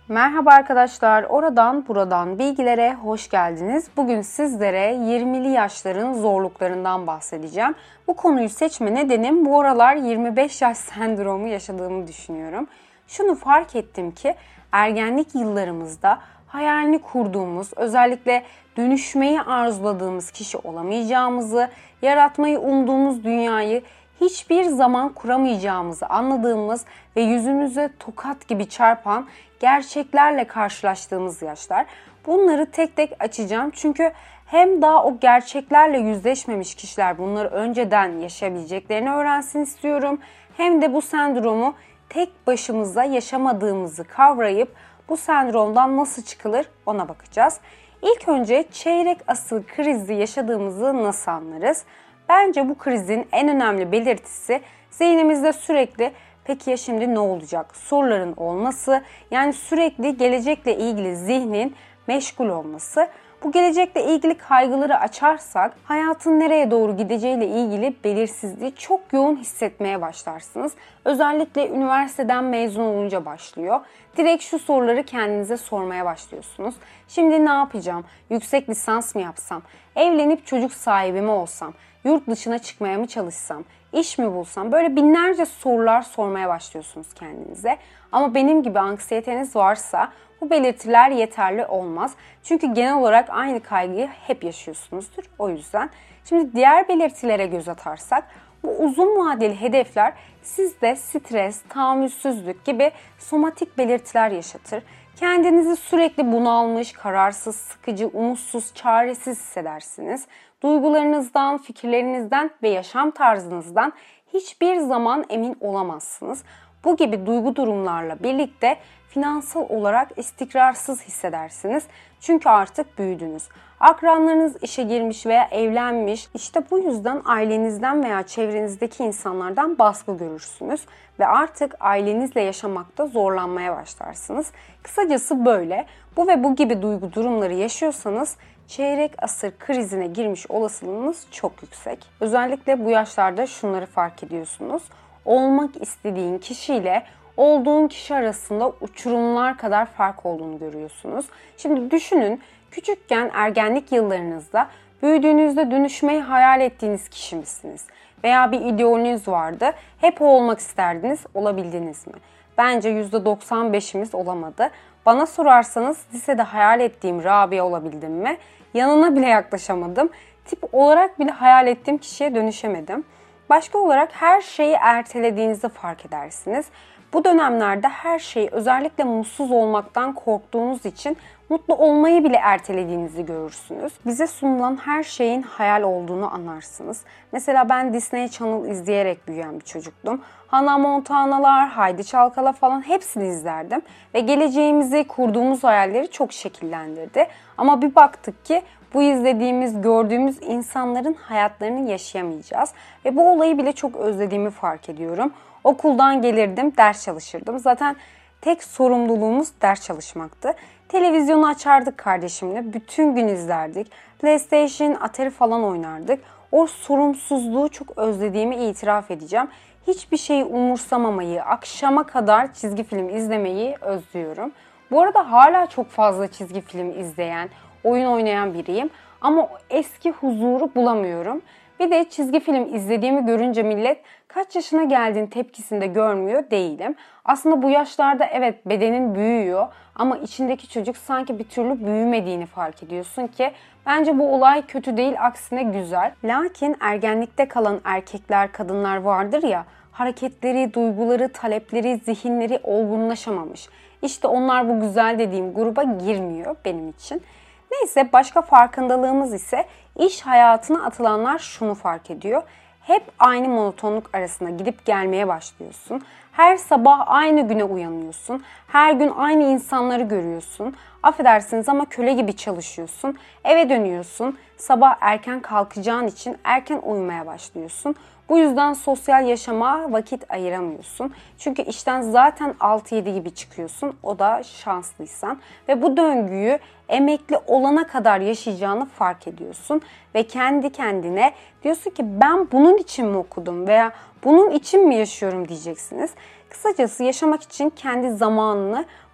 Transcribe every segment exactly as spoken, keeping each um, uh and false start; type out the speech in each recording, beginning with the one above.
Merhaba arkadaşlar, oradan buradan bilgilere hoş geldiniz. Bugün sizlere yirmili yaşların zorluklarından bahsedeceğim. Bu konuyu seçme nedenim bu aralar yirmi beş yaş sendromu yaşadığımı düşünüyorum. Şunu fark ettim ki ergenlik yıllarımızda hayalini kurduğumuz, özellikle dönüşmeyi arzuladığımız kişi olamayacağımızı, yaratmayı umduğumuz dünyayı hiçbir zaman kuramayacağımızı anladığımız ve yüzümüze tokat gibi çarpan gerçeklerle karşılaştığımız yaşlar. Bunları tek tek açacağım çünkü hem daha o gerçeklerle yüzleşmemiş kişiler bunları önceden yaşayabileceklerini öğrensin istiyorum. Hem de bu sendromu tek başımıza yaşamadığımızı kavrayıp bu sendromdan nasıl çıkılır ona bakacağız. İlk önce çeyrek asıl krizi yaşadığımızı nasıl anlarız? Bence bu krizin en önemli belirtisi zihnimizde sürekli peki ya şimdi ne olacak soruların olması, yani sürekli gelecekle ilgili zihnin meşgul olması. Bu gelecekle ilgili kaygıları açarsak hayatın nereye doğru gideceğiyle ilgili belirsizliği çok yoğun hissetmeye başlarsınız. Özellikle üniversiteden mezun olunca başlıyor. Direkt şu soruları kendinize sormaya başlıyorsunuz. Şimdi ne yapacağım? Yüksek lisans mı yapsam? Evlenip çocuk sahibi mi olsam? Yurt dışına çıkmaya mı çalışsam? İş mi bulsam? Böyle binlerce sorular sormaya başlıyorsunuz kendinize. Ama benim gibi anksiyeteniz varsa bu belirtiler yeterli olmaz. Çünkü genel olarak aynı kaygıyı hep yaşıyorsunuzdur. O yüzden şimdi diğer belirtilere göz atarsak bu uzun vadeli hedefler sizde stres, tahammülsüzlük gibi somatik belirtiler yaşatır. Kendinizi sürekli bunalmış, kararsız, sıkıcı, umutsuz, çaresiz hissedersiniz. Duygularınızdan, fikirlerinizden ve yaşam tarzınızdan hiçbir zaman emin olamazsınız. Bu gibi duygu durumlarla birlikte finansal olarak istikrarsız hissedersiniz. Çünkü artık büyüdünüz. Akranlarınız işe girmiş veya evlenmiş. İşte bu yüzden ailenizden veya çevrenizdeki insanlardan baskı görürsünüz ve artık ailenizle yaşamakta zorlanmaya başlarsınız. Kısacası böyle. Bu ve bu gibi duygu durumları yaşıyorsanız çeyrek asır krizine girmiş olasılığınız çok yüksek. Özellikle bu yaşlarda şunları fark ediyorsunuz. Olmak istediğin kişiyle olduğun kişi arasında uçurumlar kadar fark olduğunu görüyorsunuz. Şimdi düşünün, küçükken ergenlik yıllarınızda büyüdüğünüzde dönüşmeyi hayal ettiğiniz kişi misiniz? Veya bir ideolünüz vardı. Hep o olmak isterdiniz, olabildiniz mi? Bence yüzde doksan beşimiz olamadı. Bana sorarsanız lisede hayal ettiğim Rabia olabildim mi? Yanına bile yaklaşamadım. Tip olarak bile hayal ettiğim kişiye dönüşemedim. Başka olarak her şeyi ertelediğinizi fark edersiniz. Bu dönemlerde her şeyi, özellikle mutsuz olmaktan korktuğunuz için mutlu olmayı bile ertelediğinizi görürsünüz. Bize sunulan her şeyin hayal olduğunu anlarsınız. Mesela ben Disney Channel izleyerek büyüyen bir çocuktum. Hannah Montana'lar, Haydi Çalkala falan hepsini izlerdim. Ve geleceğimizi, kurduğumuz hayalleri çok şekillendirdi. Ama bir baktık ki bu izlediğimiz, gördüğümüz insanların hayatlarını yaşayamayacağız. Ve bu olayı bile çok özlediğimi fark ediyorum. Okuldan gelirdim, ders çalışırdım. Zaten tek sorumluluğumuz ders çalışmaktı. Televizyonu açardık kardeşimle, bütün gün izlerdik. PlayStation, Atari falan oynardık. O sorumsuzluğu çok özlediğimi itiraf edeceğim. Hiçbir şeyi umursamamayı, akşama kadar çizgi film izlemeyi özlüyorum. Bu arada hala çok fazla çizgi film izleyen, oyun oynayan biriyim. Ama eski huzuru bulamıyorum. Bir de çizgi film izlediğimi görünce millet kaç yaşına geldiğin tepkisinde görmüyor değilim. Aslında bu yaşlarda evet bedenin büyüyor ama içindeki çocuk sanki bir türlü büyümediğini fark ediyorsun ki bence bu olay kötü değil, aksine güzel. Lakin ergenlikte kalan erkekler, kadınlar vardır ya, hareketleri, duyguları, talepleri, zihinleri olgunlaşamamış. İşte onlar bu güzel dediğim gruba girmiyor benim için. Neyse, başka farkındalığımız ise iş hayatına atılanlar şunu fark ediyor. Hep aynı monotonluk arasında gidip gelmeye başlıyorsun. Her sabah aynı güne uyanıyorsun. Her gün aynı insanları görüyorsun. Affedersiniz ama köle gibi çalışıyorsun. Eve dönüyorsun. Sabah erken kalkacağın için erken uyumaya başlıyorsun. Bu yüzden sosyal yaşama vakit ayıramıyorsun. Çünkü işten zaten altı yedi gibi çıkıyorsun. O da şanslıysan. Ve bu döngüyü emekli olana kadar yaşayacağını fark ediyorsun. Ve kendi kendine diyorsun ki ben bunun için mi okudum veya bunun için mi yaşıyorum diyeceksiniz. Kısacası yaşamak için kendi zamanını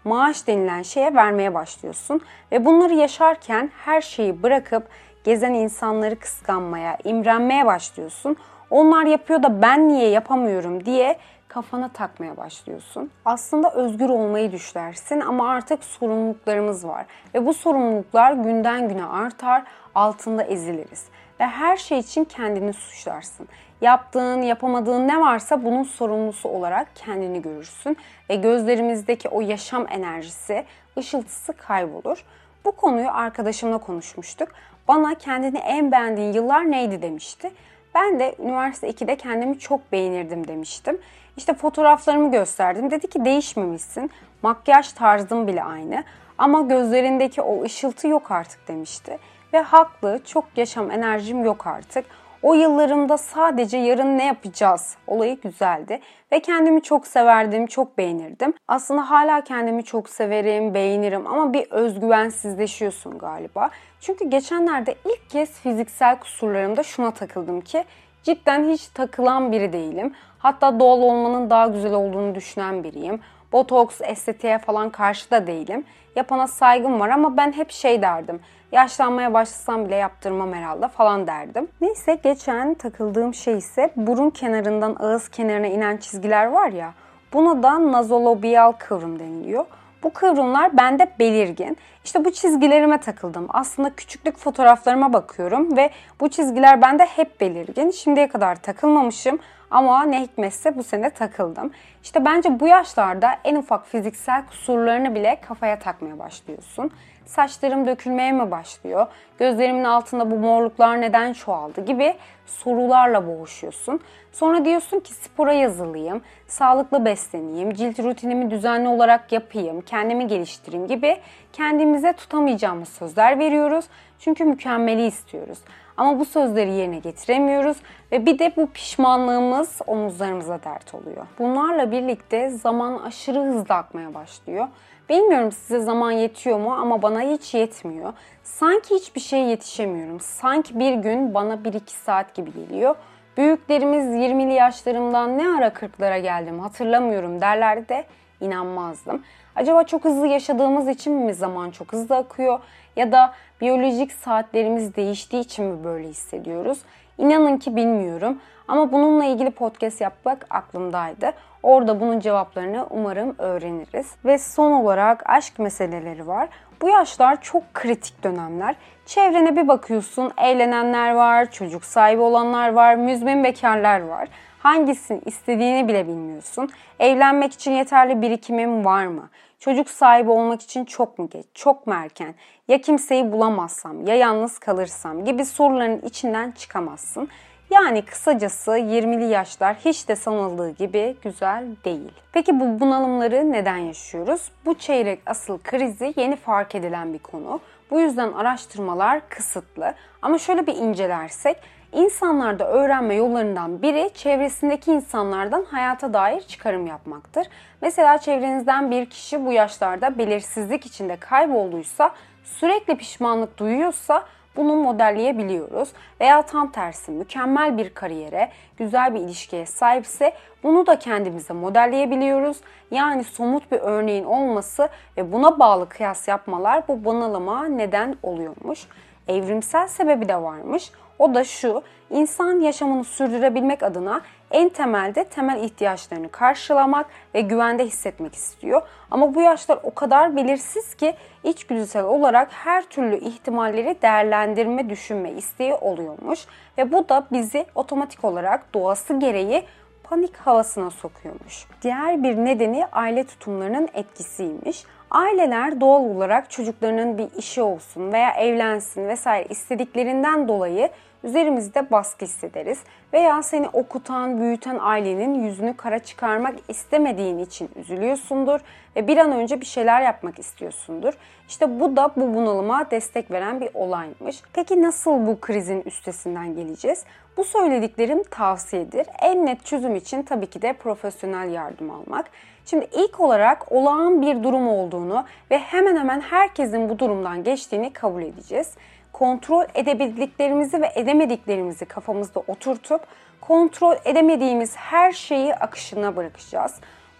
maaş denilen şeye vermeye başlıyorsun. Ve bunları yaşarken her şeyi bırakıp gezen insanları kıskanmaya, imrenmeye başlıyorsun. Onlar yapıyor da ben niye yapamıyorum diye kafana takmaya başlıyorsun. Aslında özgür olmayı düşlersin ama artık sorumluluklarımız var. Ve bu sorumluluklar günden güne artar, altında eziliriz. Ve her şey için kendini suçlarsın. Yaptığın, yapamadığın ne varsa bunun sorumlusu olarak kendini görürsün. Ve gözlerimizdeki o yaşam enerjisi, ışıltısı kaybolur. Bu konuyu arkadaşımla konuşmuştuk. Bana kendini en beğendiğin yıllar neydi demişti. Ben de üniversite ikide kendimi çok beğenirdim demiştim. İşte fotoğraflarımı gösterdim. Dedi ki değişmemişsin. Makyaj tarzım bile aynı. Ama gözlerindeki o ışıltı yok artık demişti. Ve haklı, çok yaşam enerjim yok artık. O yıllarımda sadece yarın ne yapacağız olayı güzeldi. Ve kendimi çok severdim, çok beğenirdim. Aslında hala kendimi çok severim, beğenirim ama bir özgüvensizleşiyorsun galiba. Çünkü geçenlerde ilk kez fiziksel kusurlarımda şuna takıldım ki cidden hiç takılan biri değilim. Hatta doğal olmanın daha güzel olduğunu düşünen biriyim. Botoks, estetiğe falan karşı da değilim. Yapana saygım var ama ben hep şey derdim. Yaşlanmaya başlasam bile yaptırmam herhalde falan derdim. Neyse geçen takıldığım şey ise burun kenarından ağız kenarına inen çizgiler var ya. Buna da nazolabial kıvrım deniliyor. Bu kıvrımlar bende belirgin. İşte bu çizgilerime takıldım. Aslında küçüklük fotoğraflarıma bakıyorum ve bu çizgiler bende hep belirgin. Şimdiye kadar takılmamışım ama ne hikmetse bu sene takıldım. İşte bence bu yaşlarda en ufak fiziksel kusurlarını bile kafaya takmaya başlıyorsun. Saçlarım dökülmeye mi başlıyor? Gözlerimin altında bu morluklar neden çoğaldı gibi sorularla boğuşuyorsun. Sonra diyorsun ki spora yazılayım, sağlıklı besleneyim, cilt rutinimi düzenli olarak yapayım, kendimi geliştireyim gibi kendimize tutamayacağımız sözler veriyoruz. Çünkü mükemmeli istiyoruz. Ama bu sözleri yerine getiremiyoruz ve bir de bu pişmanlığımız omuzlarımıza dert oluyor. Bunlarla birlikte zaman aşırı hızlı akmaya başlıyor. Bilmiyorum size zaman yetiyor mu ama bana hiç yetmiyor. Sanki hiçbir şeye yetişemiyorum. Sanki bir gün bana bir iki saat gibi geliyor. Büyüklerimiz yirmili yaşlarımdan ne ara kırklara geldim hatırlamıyorum derlerdi de inanmazdım. Acaba çok hızlı yaşadığımız için mi zaman çok hızlı akıyor ya da biyolojik saatlerimiz değiştiği için mi böyle hissediyoruz? İnanın ki bilmiyorum ama bununla ilgili podcast yapmak aklımdaydı. Orada bunun cevaplarını umarım öğreniriz. Ve son olarak aşk meseleleri var. Bu yaşlar çok kritik dönemler. Çevrene bir bakıyorsun, evlenenler var, çocuk sahibi olanlar var, müzmin bekarlar var. Hangisini istediğini bile bilmiyorsun. Evlenmek için yeterli birikimim var mı? Çocuk sahibi olmak için çok mu geç, çok mu erken? Ya kimseyi bulamazsam, ya yalnız kalırsam gibi soruların içinden çıkamazsın. Yani kısacası yirmili yaşlar hiç de sanıldığı gibi güzel değil. Peki bu bunalımları neden yaşıyoruz? Bu çeyrek asıl krizi yeni fark edilen bir konu. Bu yüzden araştırmalar kısıtlı. Ama şöyle bir incelersek, insanlarda öğrenme yollarından biri çevresindeki insanlardan hayata dair çıkarım yapmaktır. Mesela çevrenizden bir kişi bu yaşlarda belirsizlik içinde kaybolduysa, sürekli pişmanlık duyuyorsa bunu modelleyebiliyoruz. Veya tam tersi mükemmel bir kariyere, güzel bir ilişkiye sahipse bunu da kendimize modelleyebiliyoruz. Yani somut bir örneğin olması ve buna bağlı kıyas yapmalar bu bunalıma neden oluyormuş. Evrimsel sebebi de varmış. O da şu, insan yaşamını sürdürebilmek adına en temelde temel ihtiyaçlarını karşılamak ve güvende hissetmek istiyor. Ama bu yaşlar o kadar belirsiz ki içgüdüsel olarak her türlü ihtimalleri değerlendirme, düşünme isteği oluyormuş. Ve bu da bizi otomatik olarak doğası gereği panik havasına sokuyormuş. Diğer bir nedeni aile tutumlarının etkisiymiş. Aileler doğal olarak çocuklarının bir işi olsun veya evlensin vesaire istediklerinden dolayı üzerimizde baskı hissederiz. Veya seni okutan, büyüten ailenin yüzünü kara çıkarmak istemediğin için üzülüyorsundur ve bir an önce bir şeyler yapmak istiyorsundur. İşte bu da bu bunalıma destek veren bir olaymış. Peki nasıl bu krizin üstesinden geleceğiz? Bu söylediklerim tavsiyedir. En net çözüm için tabii ki de profesyonel yardım almak. Şimdi ilk olarak olağan bir durum olduğunu ve hemen hemen herkesin bu durumdan geçtiğini kabul edeceğiz. Kontrol edebildiklerimizi ve edemediklerimizi kafamızda oturtup kontrol edemediğimiz her şeyi akışına bırakacağız.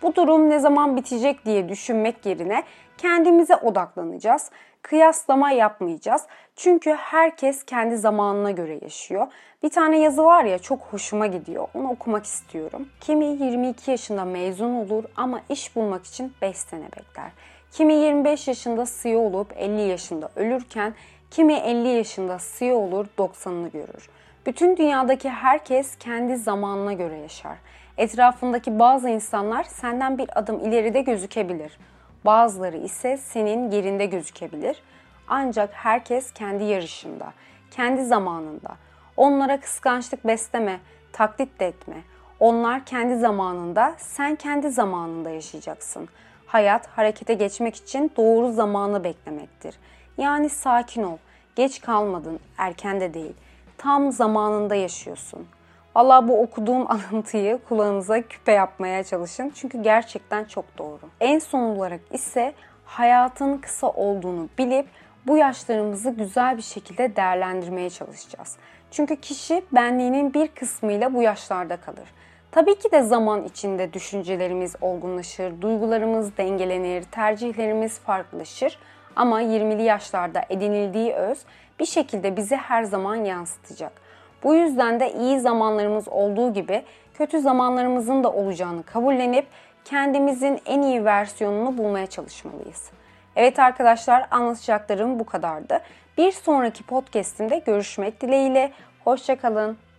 Bu durum ne zaman bitecek diye düşünmek yerine kendimize odaklanacağız. Kıyaslama yapmayacağız. Çünkü herkes kendi zamanına göre yaşıyor. Bir tane yazı var ya, çok hoşuma gidiyor. Onu okumak istiyorum. Kimi yirmi iki yaşında mezun olur ama iş bulmak için beş sene bekler. Kimi yirmi beş yaşında C E O olup elli yaşında ölürken kimi elli yaşında C E O olur doksanını görür. Bütün dünyadaki herkes kendi zamanına göre yaşar. Etrafındaki bazı insanlar senden bir adım ileride gözükebilir. Bazıları ise senin gerinde gözükebilir. Ancak herkes kendi yarışında, kendi zamanında. Onlara kıskançlık besleme, taklit de etme. Onlar kendi zamanında, sen kendi zamanında yaşayacaksın. Hayat harekete geçmek için doğru zamanı beklemektir. Yani sakin ol, geç kalmadın, erken de değil. Tam zamanında yaşıyorsun. Valla bu okuduğum alıntıyı kulağınıza küpe yapmaya çalışın. Çünkü gerçekten çok doğru. En son olarak ise hayatın kısa olduğunu bilip bu yaşlarımızı güzel bir şekilde değerlendirmeye çalışacağız. Çünkü kişi benliğinin bir kısmıyla bu yaşlarda kalır. Tabii ki de zaman içinde düşüncelerimiz olgunlaşır, duygularımız dengelenir, tercihlerimiz farklılaşır. Ama yirmili yaşlarda edinildiği öz bir şekilde bizi her zaman yansıtacak. Bu yüzden de iyi zamanlarımız olduğu gibi kötü zamanlarımızın da olacağını kabullenip kendimizin en iyi versiyonunu bulmaya çalışmalıyız. Evet arkadaşlar, anlatacaklarım bu kadardı. Bir sonraki podcast'imde görüşmek dileğiyle. Hoşça kalın.